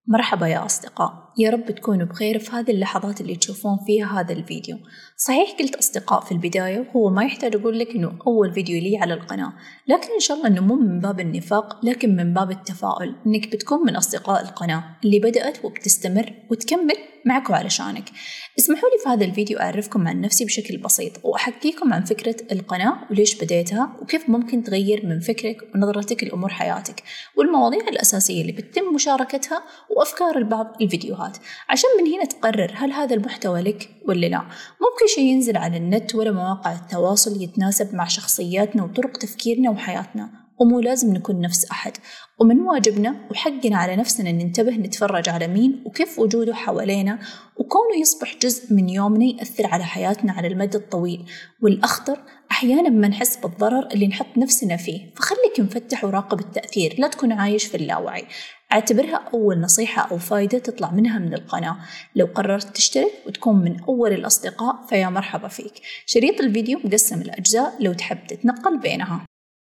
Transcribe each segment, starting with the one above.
مرحبا يا أصدقاء، يا رب تكونوا بخير في هذه اللحظات اللي تشوفون فيها هذا الفيديو. صحيح قلت أصدقاء في البداية، وهو ما يحتاج أقول لك إنه أول فيديو لي على القناة، لكن إن شاء الله إنه مو من باب النفاق لكن من باب التفاؤل، إنك بتكون من أصدقاء القناة اللي بدأت وبتستمر وتكمل معكم علشانك. اسمحوا لي في هذا الفيديو أعرفكم عن نفسي بشكل بسيط، وأحكيكم عن فكرة القناة وليش بديتها وكيف ممكن تغير من فكرك ونظرتك لأمور حياتك، والمواضيع الأساسية اللي بتتم مشاركتها وأفكار البعض الفيديوهات، عشان من هنا تقرر هل هذا المحتوى لك ولا لا. ممكن شيء ينزل على النت ولا مواقع التواصل يتناسب مع شخصياتنا وطرق تفكيرنا وحياتنا، ومو لازم نكون نفس أحد، ومن واجبنا وحقنا على نفسنا أن ننتبه نتفرج على مين وكيف وجوده حوالينا، وكونه يصبح جزء من يومنا يأثر على حياتنا على المدى الطويل. والأخطر أحيانا ما نحس بالضرر اللي نحط نفسنا فيه، فخليك مفتح وراقب التأثير، لا تكون عايش في اللاوعي. اعتبرها أول نصيحة أو فايدة تطلع منها من القناة. لو قررت تشترك وتكون من أول الأصدقاء فيا مرحبا فيك. شريط الفيديو مقسم الأجزاء لو تحب تتنقل بينها.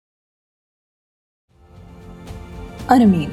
أنا مين؟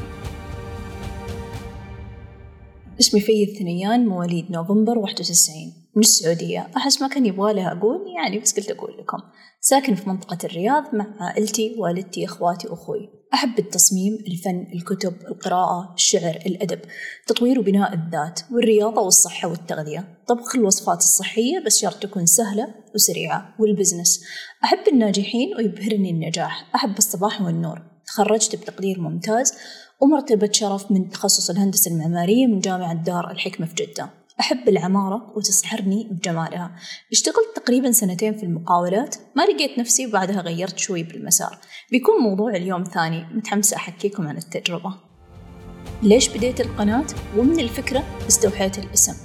اسمي في الثنيان، مواليد نوفمبر 91، من السعودية. أحس ما كان يبغى لها أقول يعني، بس قلت أقول لكم. ساكن في منطقة الرياض مع عائلتي، والدتي، أخواتي وأخوي. أحب التصميم، الفن، الكتب، القراءة، الشعر، الأدب، تطوير وبناء الذات، والرياضة والصحة والتغذية، طبخ الوصفات الصحية بس شرط تكون سهلة وسريعة، والبزنس. أحب الناجحين ويبهرني النجاح. أحب الصباح والنور. تخرجت بتقدير ممتاز ومرتبة شرف من تخصص الهندسة المعمارية من جامعة دار الحكمة في جدة. أحب العمارة وتسحرني بجمالها. اشتغلت تقريبا 2 سنين في المقاولات، ما لقيت نفسي وبعدها غيرت شوي بالمسار. بيكون موضوع اليوم ثاني، متحمسة أحكيكم عن التجربة. ليش بديت القناة؟ ومن الفكرة استوحيت الاسم.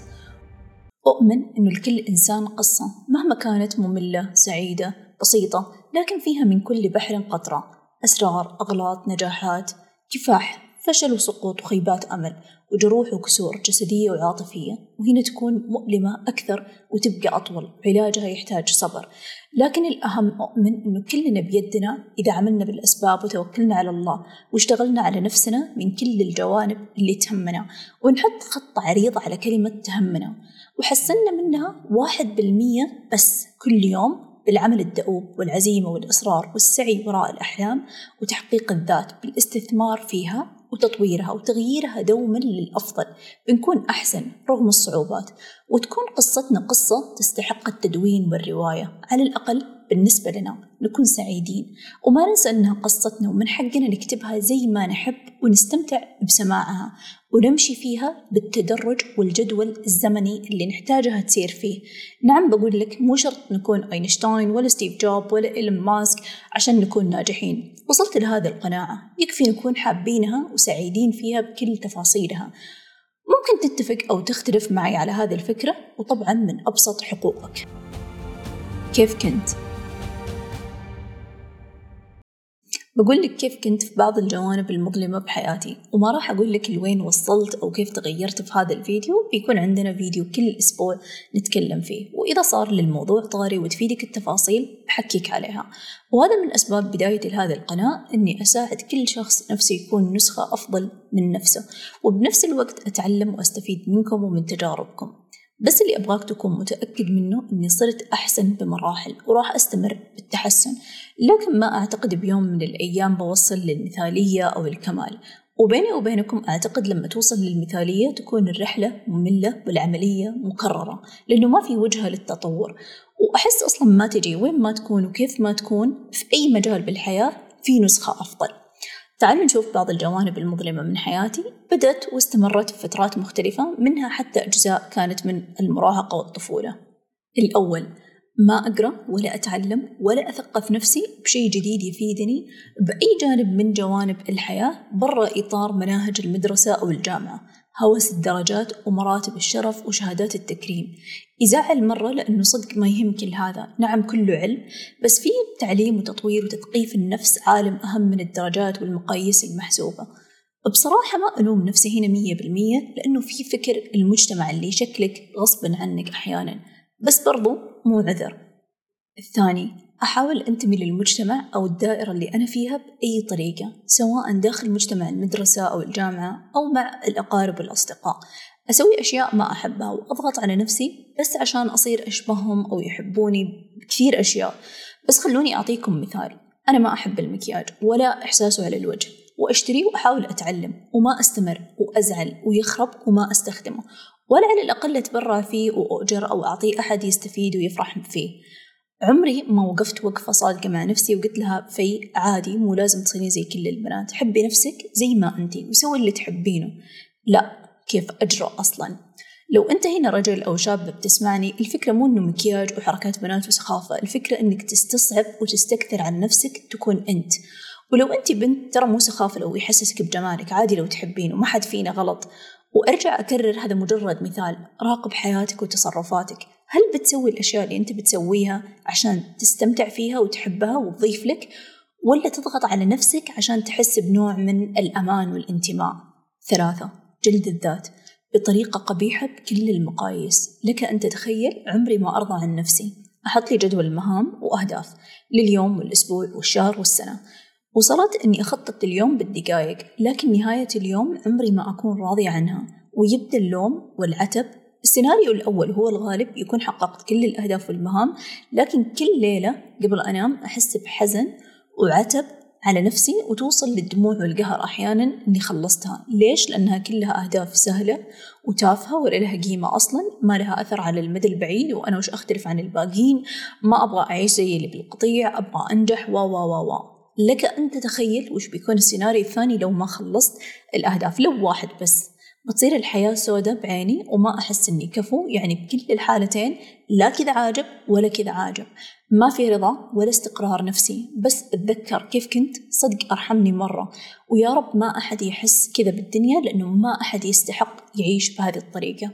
أؤمن إنه لكل إنسان قصة، مهما كانت مملة، سعيدة، بسيطة، لكن فيها من كل بحر قطرة. أسرار، أغلاط، نجاحات، كفاح، فشل وسقوط وخيبات أمل، وجروح وكسور جسدية وعاطفية، وهنا تكون مؤلمة أكثر وتبقى أطول، علاجها يحتاج صبر. لكن الأهم أؤمن إنه كلنا بيدنا إذا عملنا بالأسباب وتوكلنا على الله واشتغلنا على نفسنا من كل الجوانب اللي تهمنا، ونحط خط عريض على كلمة تهمنا وحسنا منها 1% بس كل يوم، بالعمل الدؤوب والعزيمة والإصرار والسعي وراء الأحلام وتحقيق الذات، بالاستثمار فيها وتطويرها وتغييرها دوما للأفضل، بنكون أحسن رغم الصعوبات، وتكون قصتنا قصة تستحق التدوين والرواية. على الأقل بالنسبة لنا نكون سعيدين، وما ننسى أنها قصتنا ومن حقنا نكتبها زي ما نحب ونستمتع بسماعها، ونمشي فيها بالتدرج والجدول الزمني اللي نحتاجها تسير فيه. نعم، بقول لك مو شرط نكون أينشتاين ولا ستيف جوب ولا إيلون ماسك عشان نكون ناجحين. وصلت لهذه القناعة، يكفي نكون حابينها وسعيدين فيها بكل تفاصيلها. ممكن تتفق أو تختلف معي على هذه الفكرة، وطبعا من أبسط حقوقك. كيف كنت؟ بقول لك كيف كنت في بعض الجوانب المظلمة بحياتي، وما راح أقول لك لوين وصلت أو كيف تغيرت في هذا الفيديو. بيكون عندنا فيديو كل أسبوع نتكلم فيه، وإذا صار للموضوع طاري وتفيدك التفاصيل بحكيك عليها. وهذا من أسباب بدايتي لهذه القناة، إني أساعد كل شخص نفسه يكون نسخة أفضل من نفسه، وبنفس الوقت أتعلم وأستفيد منكم ومن تجاربكم. بس اللي أبغاك تكون متأكد منه إني صرت أحسن بمراحل، وراح أستمر بالتحسن، لكن ما أعتقد بيوم من الأيام بوصل للمثالية أو الكمال. وبيني وبينكم أعتقد لما توصل للمثالية تكون الرحلة مملة والعملية مكررة، لأنه ما في وجهة للتطور. وأحس أصلا ما تجي وين ما تكون وكيف ما تكون في أي مجال بالحياة في نسخة أفضل. تعالوا نشوف بعض الجوانب المظلمة من حياتي. بدأت واستمرت في فترات مختلفة، منها حتى أجزاء كانت من المراهقة والطفولة. الأول، ما أقرأ ولا أتعلم ولا أثقف نفسي بشيء جديد يفيدني بأي جانب من جوانب الحياة برا إطار مناهج المدرسة أو الجامعة. هوس الدرجات ومراتب الشرف وشهادات التكريم يزعل مرة، لأنه صدق ما يهم كل هذا. نعم كله علم، بس فيه تعليم وتطوير وتثقيف النفس عالم أهم من الدرجات والمقاييس المحسوبة. بصراحة ما ألوم نفسي هنا 100%، لأنه في فكر المجتمع اللي يشكلك غصبا عنك أحيانا، بس برضو مو عذر. الثاني، أحاول أنتمي للمجتمع أو الدائرة اللي أنا فيها بأي طريقة، سواء داخل مجتمع المدرسة أو الجامعة أو مع الأقارب والأصدقاء. أسوي أشياء ما أحبها وأضغط على نفسي بس عشان أصير أشبههم أو يحبوني بكثير أشياء. بس خلوني أعطيكم مثال، أنا ما أحب المكياج ولا إحساسه على الوجه، وأشتريه وأحاول أتعلم وما أستمر وأزعل ويخرب وما أستخدمه، ولا على الأقل أتبرع فيه وأؤجر أو أعطيه أحد يستفيد ويفرح فيه. عمري ما وقفت وقفة صادقة مع نفسي وقلت لها في عادي، مو لازم تصيرين زي كل البنات، حبي نفسك زي ما أنتي وسوي اللي تحبينه. لا، كيف أجرأ أصلاً؟ لو أنت هنا رجل أو شاب بتسمعني، الفكرة مو إنه مكياج وحركات بنات وسخافة، الفكرة إنك تستصعب وتستكثر عن نفسك تكون أنت. ولو أنت بنت ترى مو سخافة لو يحسسك بجمالك، عادي لو تحبين وما حد فينا غلط. وأرجع أكرر، هذا مجرد مثال. راقب حياتك وتصرفاتك، هل بتسوي الأشياء اللي أنت بتسويها عشان تستمتع فيها وتحبها وتضيف لك، ولا تضغط على نفسك عشان تحس بنوع من الأمان والانتماء؟ 3. جلد الذات بطريقة قبيحة بكل المقاييس. لك أن تتخيل عمري ما أرضى عن نفسي. أحط لي جدول مهام وأهداف لليوم والأسبوع والشهر والسنة، وصلت أني أخطط اليوم بالدقائق، لكن نهاية اليوم عمري ما أكون راضية عنها، ويبدأ اللوم والعتب. السيناريو الأول هو الغالب، يكون حققت كل الأهداف والمهام، لكن كل ليلة قبل أنام أحس بحزن وعتب على نفسي، وتوصل للدموع والقهر أحياناً أني خلصتها. ليش؟ لأنها كلها أهداف سهلة وتافهة ولا لها قيمة أصلاً، ما لها أثر على المدى البعيد، وأنا وش أختلف عن الباقين؟ ما أبغى أعيش زي اللي بالقطيع، أبغى أنجح و. لك أن تتخيل وش بيكون السيناريو الثاني لو ما خلصت الأهداف، لو واحد بس. بتصير الحياة سودة بعيني وما أحس أني كفو، يعني بكل الحالتين لا كذا عاجب ولا كذا عاجب، ما في رضا ولا استقرار نفسي. بس أتذكر كيف كنت، صدق أرحمني مرة، ويا رب ما أحد يحس كذا بالدنيا، لأنه ما أحد يستحق يعيش بهذه الطريقة.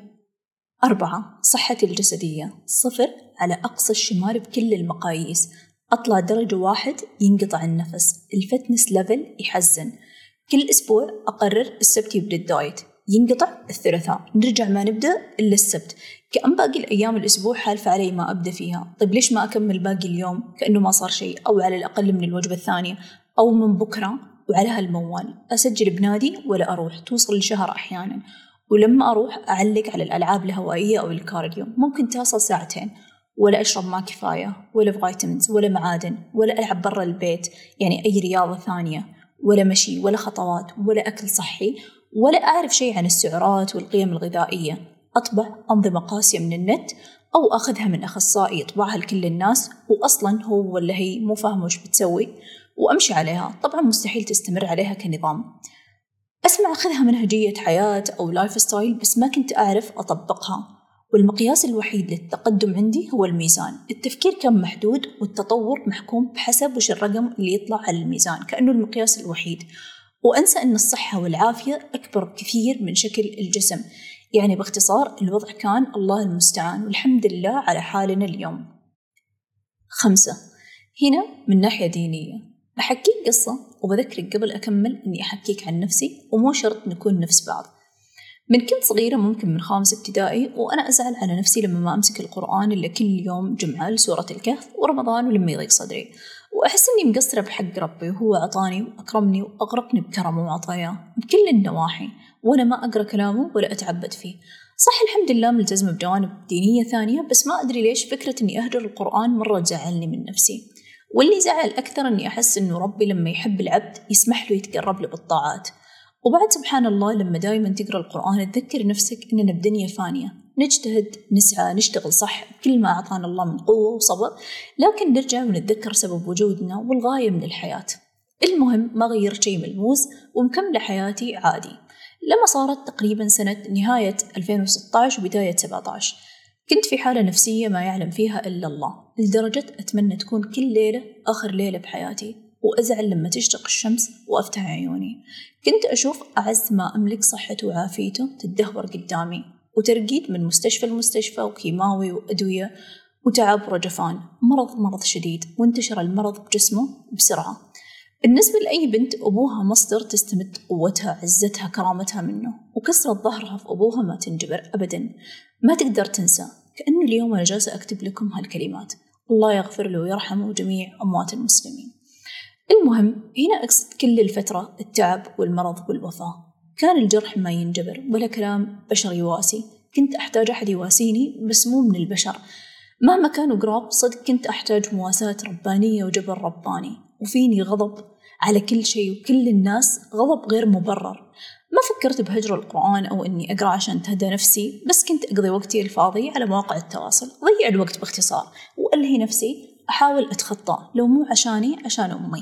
4. صحتي الجسدية 0 على أقصى الشمال بكل المقاييس. أطلع درجة 1 ينقطع النفس، الفتنس ليفل يحزن. كل أسبوع أقرر السبت يبدأ الدايت، ينقطع الثلاثاء، نرجع ما نبدأ إلا السبت، كأن باقي الأيام الأسبوع حالف علي ما أبدأ فيها. طيب ليش ما أكمل باقي اليوم كأنه ما صار شيء، أو على الأقل من الوجبة الثانية، أو من بكرة؟ وعلى هالموال أسجل بنادي ولا أروح، توصل لشهر أحيانا. ولما أروح أعلق على الألعاب الهوائية أو الكارديو، ممكن توصل 2 ساعة، ولا أشرب ماء كفاية، ولا فيتامينز، ولا معادن، ولا ألعب برا البيت يعني أي رياضة ثانية، ولا مشي، ولا خطوات، ولا أكل صحي، ولا أعرف شيء عن السعرات والقيم الغذائية. أطبع أنظمة قاسية من النت أو أخذها من أخصائي يطبعها لكل الناس، وأصلا هو ولا هي مو فاهمة وش بتسوي، وأمشي عليها. طبعا مستحيل تستمر عليها كنظام. أسمع أخذها منهجية حياة أو لايف ستايل، بس ما كنت أعرف أطبقها. والمقياس الوحيد للتقدم عندي هو الميزان. التفكير كان محدود والتطور محكوم بحسب وش الرقم اللي يطلع على الميزان، كأنه المقياس الوحيد. وأنسى أن الصحة والعافية أكبر بكثير من شكل الجسم. يعني باختصار الوضع كان الله المستعان، والحمد لله على حالنا اليوم. 5. هنا من ناحية دينية بحكيك قصة، وبذكرك قبل أكمل أني أحكيك عن نفسي، ومو شرط نكون نفس بعض. من كنت صغيرة، ممكن من 5 ابتدائي، وأنا أزعل على نفسي لما ما أمسك القرآن إلا كل يوم جمعة لسورة الكهف ورمضان ولما يضيق صدري، وأحس إني مقصرة بحق ربي، وهو أعطاني وأكرمني وأغرقني بكرمه وعطاياه بكل النواحي، وأنا ما أقرأ كلامه ولا أتعبد فيه. صح الحمد لله ملتزمة بجوانب دينية ثانية، بس ما أدري ليش فكرة إني أهجر القرآن مرة تزعلني من نفسي. واللي زعل أكثر إني أحس إنه ربي لما يحب العبد يسمح له يتقرب له بالطاعات. وبعد سبحان الله لما دايما تقرأ القرآن تذكر نفسك إننا بدنيا فانية، نجتهد نسعى نشتغل صح بكل ما أعطانا الله من قوة وصبر، لكن نرجع ونتذكر سبب وجودنا والغاية من الحياة. المهم ما غيرت شيء ملموس ومكملة حياتي عادي، لما صارت تقريبا سنة نهاية 2016 وبداية 17 كنت في حالة نفسية ما يعلم فيها إلا الله، لدرجة أتمنى تكون كل ليلة آخر ليلة بحياتي، وأزعل لما تشرق الشمس وأفتح عيوني. كنت أشوف أعز ما أملك صحته وعافيته تتدهور قدامي، وترقيد من مستشفى لمستشفى، وكيماوي وأدوية وتعب ورجفان، مرض شديد، وانتشر المرض بجسمه بسرعة. بالنسبة لأي بنت أبوها مصدر تستمد قوتها عزتها كرامتها منه، وكسرة ظهرها في أبوها ما تنجبر أبدا، ما تقدر تنسى. كأنه اليوم أنا جالسة أكتب لكم هالكلمات، الله يغفر له ويرحمه جميع أموات المسلمين. المهم هنا أقصد كل الفترة التعب والمرض والوفاة، كان الجرح ما ينجبر ولا كلام بشر يواسي، كنت أحتاج أحد يواسيني بس مو من البشر، مهما كانوا قراب صدق كنت أحتاج مواساة ربانية وجبر رباني، وفيني غضب على كل شيء وكل الناس، غضب غير مبرر. ما فكرت بهجر القرآن أو إني أقرأ عشان تهدى نفسي، بس كنت أقضي وقتي الفاضي على مواقع التواصل، ضيع الوقت باختصار، وألهي نفسي أحاول أتخطى، لو مو عشاني عشان أمي.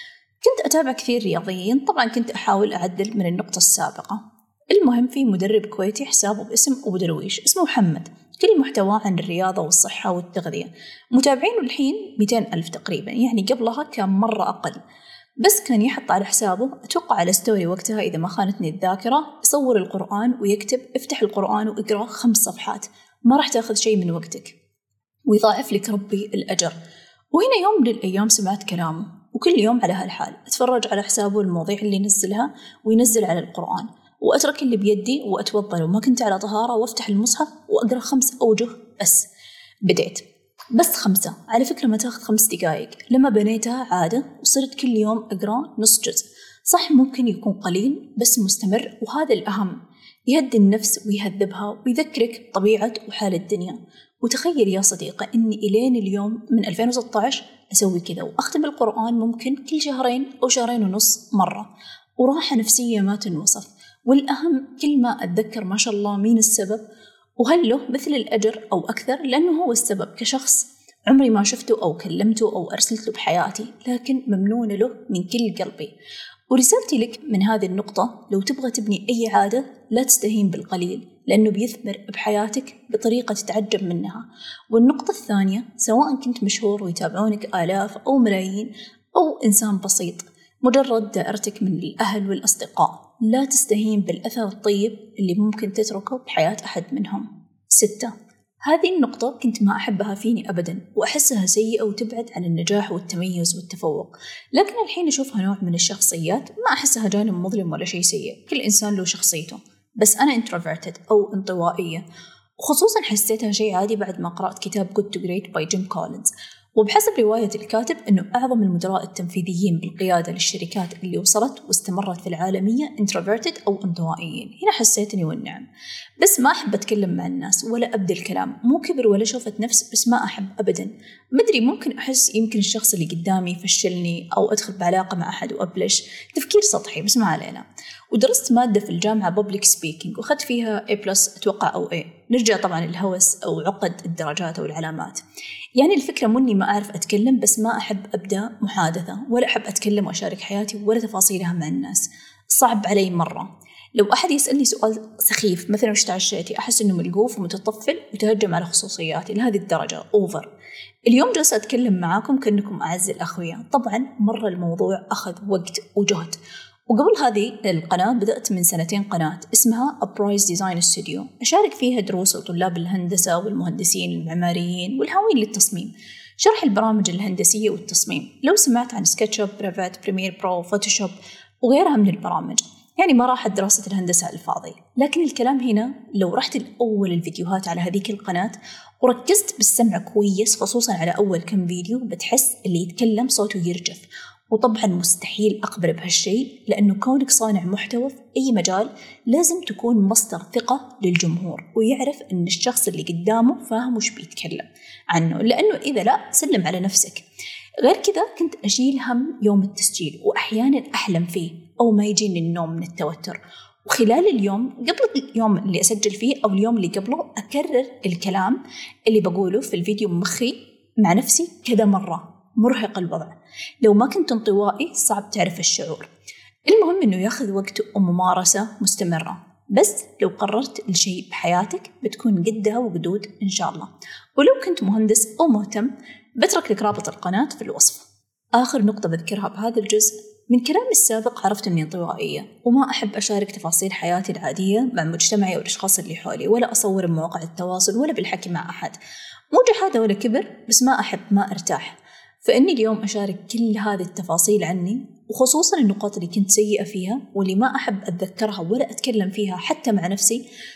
كنت أتابع كثير رياضيين، طبعا كنت أحاول أعدل من النقطة السابقة. المهم في مدرب كويتي حسابه باسم أبو درويش، اسمه محمد، كل محتواه عن الرياضة والصحة والتغذية، متابعينه الحين 200,000 تقريبا، يعني قبلها كان مرة أقل. بس كان يحط على حسابه أتوقع على ستوري وقتها إذا ما خانتني الذاكرة، يصور القرآن ويكتب افتح القرآن واقرأ 5 صفحات، ما راح تاخذ شيء من وقتك ويضاعف لك ربي الأجر. وهنا يوم من الأيام سمعت كلامه، وكل يوم على هالحال أتفرج على حسابه المواضيع اللي ينزلها، وينزل على القرآن، وأترك اللي بيدي وأتوضأ لو ما كنت على طهارة، وافتح المصحف وأقرأ 5 أوجه بس. بديت بس 5، على فكرة ما تاخذ 5 دقائق، لما بنيتها عادة وصرت كل يوم أقرأ نص جزء، صح ممكن يكون قليل بس مستمر، وهذا الأهم، يهدي النفس ويهذبها ويذكرك طبيعة وحال الدنيا. وتخيل يا صديقة إني إلين اليوم من 2016 أسوي كذا، وأختم القرآن ممكن كل 2 أو 2.5 شهر مرة، وراحة نفسية ما تنوصف. والأهم كل ما أتذكر ما شاء الله مين السبب، وهل له مثل الأجر أو أكثر، لأنه هو السبب. كشخص عمري ما شفته أو كلمته أو أرسلت له بحياتي، لكن ممنونة له من كل قلبي. ورسالتي لك من هذه النقطة، لو تبغى تبني أي عادة لا تستهين بالقليل، لأنه بيثمر بحياتك بطريقة تتعجب منها. والنقطة الثانية، سواء كنت مشهور ويتابعونك آلاف أو ملايين، أو إنسان بسيط مجرد دائرتك من الأهل والأصدقاء، لا تستهين بالأثر الطيب اللي ممكن تتركه بحياة أحد منهم. 6، هذه النقطة كنت ما أحبها فيني أبدا، وأحسها سيئة وتبعد عن النجاح والتميز والتفوق، لكن الحين أشوفها نوع من الشخصيات، ما أحسها جانب مظلم ولا شيء سيء، كل إنسان له شخصيته. بس أنا introverted أو انطوائية، وخصوصا حسيتها شيء عادي بعد ما قرأت كتاب Good to Great by جيم كولينز. وبحسب رواية الكاتب أنه أعظم المدراء التنفيذيين بالقيادة للشركات اللي وصلت واستمرت في العالمية introverted أو انطوائيين. هنا حسيتني والنعم، بس ما أحب أتكلم مع الناس ولا أبدي الكلام، مو كبر ولا شوفة نفس، بس ما أحب أبدا. مدري ممكن أحس يمكن الشخص اللي قدامي يفشلني أو أدخل بعلاقة مع أحد وأبلش، تفكير سطحي بس ما علينا. ودرست مادة في الجامعة public speaking وأخذت فيها A+ أتوقع أو A. نرجع طبعا للهوس أو عقد الدرجات أو العلامات. يعني الفكرة مو إني ما أعرف أتكلم، بس ما أحب أبدأ محادثة ولا أحب أتكلم وأشارك حياتي ولا تفاصيلها مع الناس، صعب علي مرة. لو أحد يسألني سؤال سخيف مثلا وش تعشيتي، أحس إنه ملقوف ومتطفل وتهجم على خصوصياتي لهذه الدرجة أوفر. اليوم جالسة أتكلم معاكم كأنكم أعز الأخويا، طبعا مرة الموضوع أخذ وقت وجهد. وقبل هذه القناة بدأت من 2 قناة اسمها Uprise Design Studio، أشارك فيها دروس لطلاب الهندسة والمهندسين المعماريين والهاويين للتصميم، شرح البرامج الهندسية والتصميم. لو سمعت عن سكتشوب، بريفت، بريمير برو، فوتوشوب وغيرها من البرامج، يعني ما راحت دراسة الهندسة الفاضي. لكن الكلام هنا لو رحت لأول الفيديوهات على هذيك القناة وركزت بالسمع كويس، خصوصا على أول كم فيديو، بتحس اللي يتكلم صوته يرجف. وطبعا مستحيل أقبل بهالشيء، لأنه كونك صانع محتوى في أي مجال لازم تكون مصدر ثقة للجمهور، ويعرف أن الشخص اللي قدامه فاهم وش بيتكلم عنه، لأنه إذا لا سلم على نفسك. غير كذا كنت أشيل هم يوم التسجيل، وأحيانا أحلم فيه أو ما يجيني النوم من التوتر. وخلال اليوم قبل اليوم اللي أسجل فيه أو اليوم اللي قبله أكرر الكلام اللي بقوله في الفيديو مخي مع نفسي كذا مرة، مرهق الوضع. لو ما كنت انطوائي صعب تعرف الشعور. المهم إنه ياخذ وقت وممارسة مستمرة، بس لو قررت الشيء بحياتك بتكون قدها وقدود إن شاء الله. ولو كنت مهندس أو مهتم بترك لك رابط القناة في الوصف. آخر نقطة بذكرها بهذا الجزء، من كلامي السابق عرفت أني انطوائية وما أحب أشارك تفاصيل حياتي العادية مع مجتمعي أو الأشخاص اللي حولي، ولا أصور بمواقع التواصل ولا بالحكي مع أحد. مو جحادة ولا كبر، بس ما أحب، ما أرتاح. فإني اليوم أشارك كل هذه التفاصيل عني، وخصوصا النقاط اللي كنت سيئة فيها واللي ما أحب أتذكرها ولا أتكلم فيها حتى مع نفسي،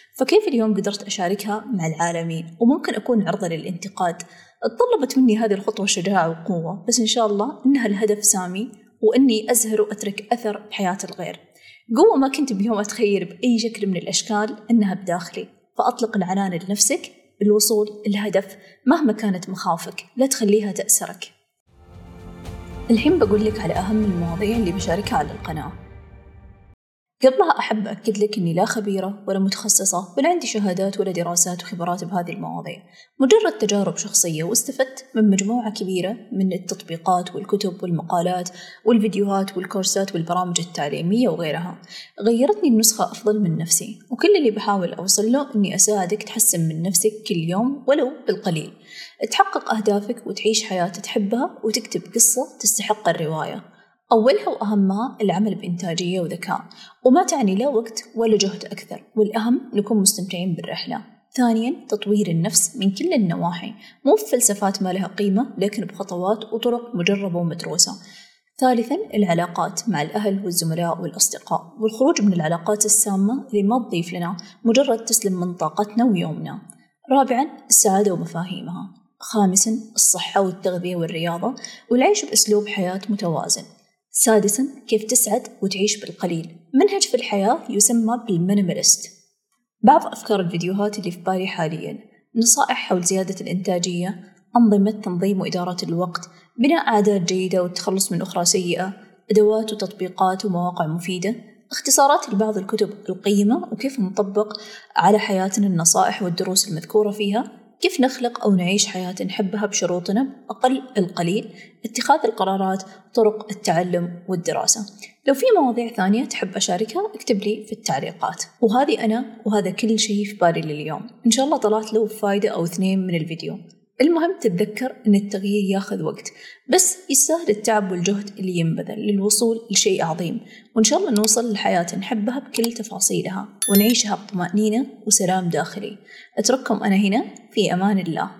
فكيف اليوم قدرت أشاركها مع العالمين وممكن أكون عرضة للانتقاد؟ طلبت مني هذه الخطوة شجاعة وقوة، بس إن شاء الله إنها الهدف سامي، وإني أزهر وأترك أثر بحياة الغير. قوة ما كنت بيوم أتخيل بأي شكل من الأشكال إنها بداخلي. فأطلق العنان لنفسك بالوصول الهدف مهما كانت مخاوفك، لا تخليها تأسرك. الحين بقول لك على أهم المواضيع اللي بشاركها على القناة. قبلها أحب أكد لك أني لا خبيرة ولا متخصصة ولا عندي شهادات ولا دراسات وخبرات بهذه المواضيع، مجرد تجارب شخصية، واستفدت من مجموعة كبيرة من التطبيقات والكتب والمقالات والفيديوهات والكورسات والبرامج التعليمية وغيرها. غيرتني النسخة أفضل من نفسي، وكل اللي بحاول أوصل له أني أساعدك تحسن من نفسك كل يوم ولو بالقليل، تحقق أهدافك وتعيش حياة تحبها وتكتب قصة تستحق الرواية. أولها وأهمها العمل بإنتاجية وذكاء، وما تعني لا وقت ولا جهد أكثر، والأهم نكون مستمتعين بالرحلة. ثانياً تطوير النفس من كل النواحي، مو بفلسفات ما لها قيمة لكن بخطوات وطرق مجربة ومدروسة. ثالثاً العلاقات مع الأهل والزملاء والأصدقاء، والخروج من العلاقات السامة اللي ما تضيف لنا، مجرد تسلم من طاقتنا ويومنا. رابعاً السعادة ومفاهيمها. خامساً الصحة والتغذية والرياضة، والعيش بأسلوب حياة متوازن. سادساً كيف تسعد وتعيش بالقليل، منهج في الحياة يسمى بالمينيماليست. بعض أفكار الفيديوهات اللي في بالي حالياً: نصائح حول زيادة الإنتاجية، أنظمة تنظيم وإدارة الوقت، بناء عادات جيدة والتخلص من أخرى سيئة، أدوات وتطبيقات ومواقع مفيدة، اختصارات لبعض الكتب القيمة وكيف نطبق على حياتنا النصائح والدروس المذكورة فيها، كيف نخلق أو نعيش حياة نحبها بشروطنا بأقل القليل، اتخاذ القرارات، طرق التعلم والدراسة. لو في مواضيع ثانية تحب أشاركها اكتب لي في التعليقات. وهذه أنا، وهذا كل شيء في بالي لليوم. إن شاء الله طلعت له فايدة أو 2 من الفيديو. المهم تتذكر أن التغيير ياخذ وقت، بس يستاهل التعب والجهد اللي ينبذل للوصول لشيء عظيم، وإن شاء الله نوصل للحياة نحبها بكل تفاصيلها ونعيشها بطمأنينة وسلام داخلي. أترككم أنا هنا في أمان الله.